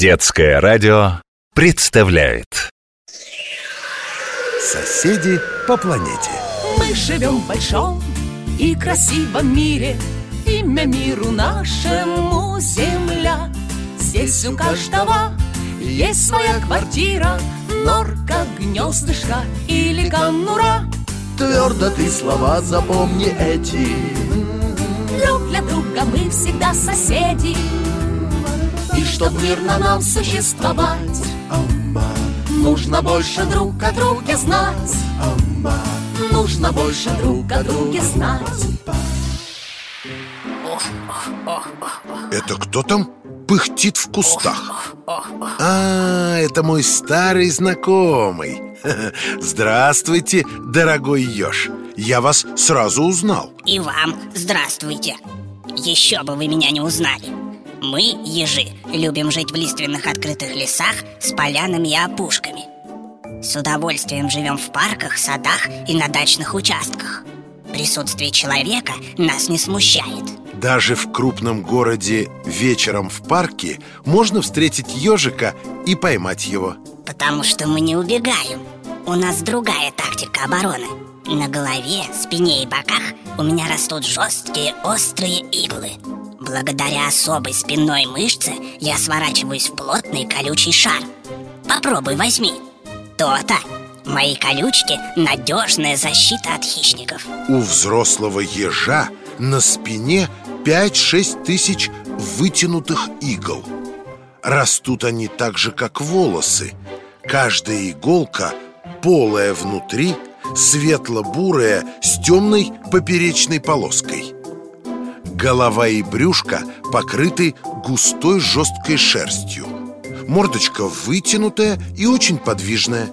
Детское радио представляет Соседи по планете. Мы живем в большом и красивом мире. Имя миру нашему Земля. Здесь у каждого есть своя квартира, норка, гнездышко или конура. Твердо ты слова запомни эти. Друг для друга мы всегда соседи. И чтоб мирно нам существовать, нужно больше друг о друге знать. Нужно больше друг о друге знать. Это кто там пыхтит в кустах? Это мой старый знакомый. Здравствуйте, дорогой еж. Я вас сразу узнал. И вам здравствуйте. Еще бы вы меня не узнали. Мы, ежи, любим жить в лиственных открытых лесах с полянами и опушками. С удовольствием живем в парках, садах и на дачных участках. Присутствие человека нас не смущает. Даже в крупном городе вечером в парке можно встретить ежика и поймать его. Потому что мы не убегаем. У нас другая тактика обороны. На голове, спине и боках у меня растут жесткие, острые иглы. Благодаря особой спинной мышце я сворачиваюсь в плотный колючий шар. Попробуй возьми. То-то. Мои колючки – надежная защита от хищников. У взрослого ежа на спине 5-6 тысяч вытянутых игл. Растут они так же, как волосы. Каждая иголка полая внутри, светло-бурая с темной поперечной полоской. Голова и брюшко покрыты густой жесткой шерстью. Мордочка вытянутая и очень подвижная.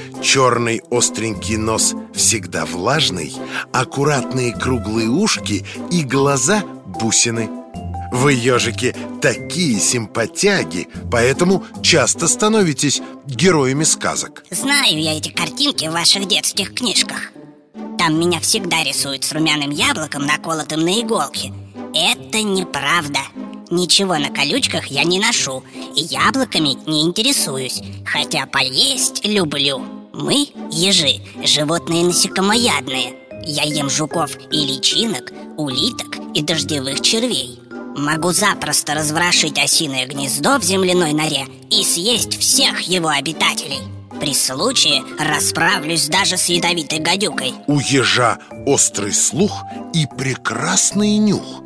Черный остренький нос всегда влажный, аккуратные круглые ушки и глаза бусины. Вы, ежики, такие симпатяги, поэтому часто становитесь героями сказок. Знаю я эти картинки в ваших детских книжках. Там меня всегда рисуют с румяным яблоком, наколотым на иголке. Это неправда. Ничего на колючках я не ношу и яблоками не интересуюсь, хотя поесть люблю. Мы, ежи, животные насекомоядные. Я ем жуков и личинок, улиток и дождевых червей. Могу запросто разворошить осиное гнездо в земляной норе и съесть всех его обитателей. При случае расправлюсь даже с ядовитой гадюкой. У ежа острый слух и прекрасный нюх.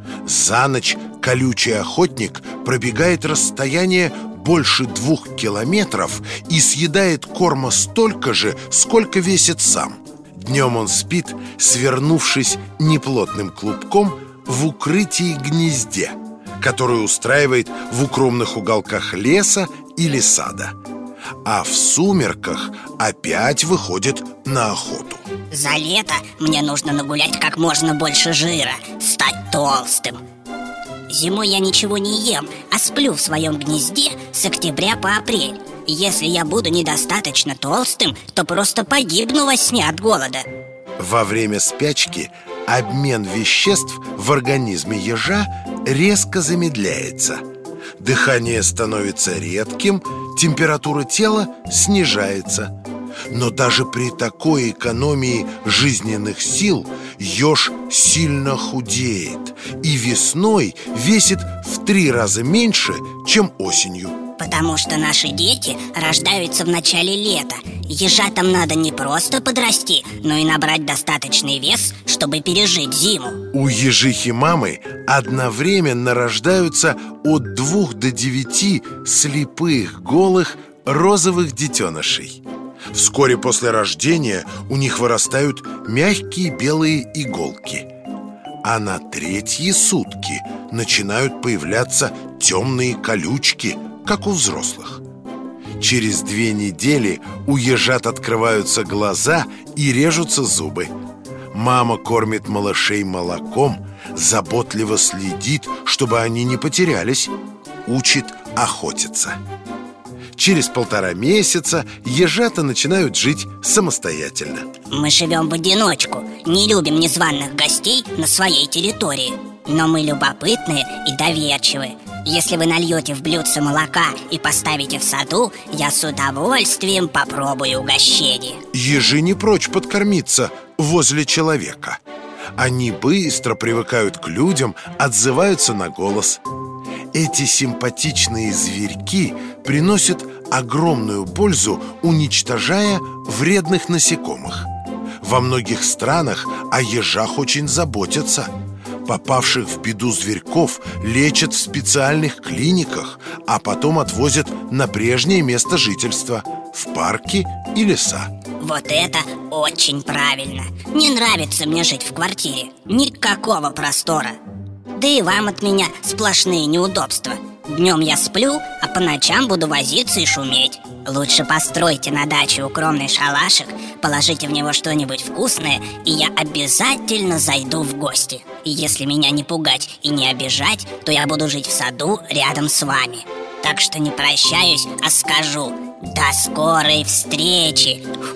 За ночь колючий охотник пробегает расстояние больше 2 километров и съедает корма столько же, сколько весит сам. Днем он спит, свернувшись неплотным клубком в укрытии гнезде, которое устраивает в укромных уголках леса или сада. А в сумерках опять выходит на охоту. За лето мне нужно нагулять как можно больше жира, стать толстым. Зимой я ничего не ем, а сплю в своем гнезде с октября по апрель. Если я буду недостаточно толстым, то просто погибну во сне от голода. Во время спячки обмен веществ в организме ежа резко замедляется. Дыхание становится редким, температура тела снижается. Но даже при такой экономии жизненных сил еж сильно худеет и весной весит в 3 раза меньше, чем осенью. Потому что наши дети рождаются в начале лета. Ежатам надо не просто подрасти, но и набрать достаточный вес, чтобы пережить зиму. У ежихи мамы одновременно рождаются от 2 до 9 слепых, голых, розовых детенышей. Вскоре после рождения у них вырастают мягкие белые иголки. А на 3-е сутки начинают появляться темные колючки, как у взрослых. Через 2 недели у ежат открываются глаза и режутся зубы. Мама кормит малышей молоком, заботливо следит, чтобы они не потерялись, учит охотиться. Через 1,5 месяца ежата начинают жить самостоятельно. Мы живем в одиночку, не любим незваных гостей на своей территории. Но мы любопытные и доверчивые. Если вы нальете в блюдце молока и поставите в саду, я с удовольствием попробую угощение. Ежи не прочь подкормиться возле человека. Они быстро привыкают к людям, отзываются на голос. Эти симпатичные зверьки приносят огромную пользу, уничтожая вредных насекомых. Во многих странах о ежах очень заботятся. Попавших в беду зверьков лечат в специальных клиниках, а потом отвозят на прежнее место жительства – в парки и леса. Вот это очень правильно. Не нравится мне жить в квартире. Никакого простора. Да и вам от меня сплошные неудобства. Днем я сплю, а по ночам буду возиться и шуметь. Лучше постройте на даче укромный шалашик, положите в него что-нибудь вкусное, и я обязательно зайду в гости. И если меня не пугать и не обижать, то я буду жить в саду рядом с вами. Так что не прощаюсь, а скажу: до скорой встречи!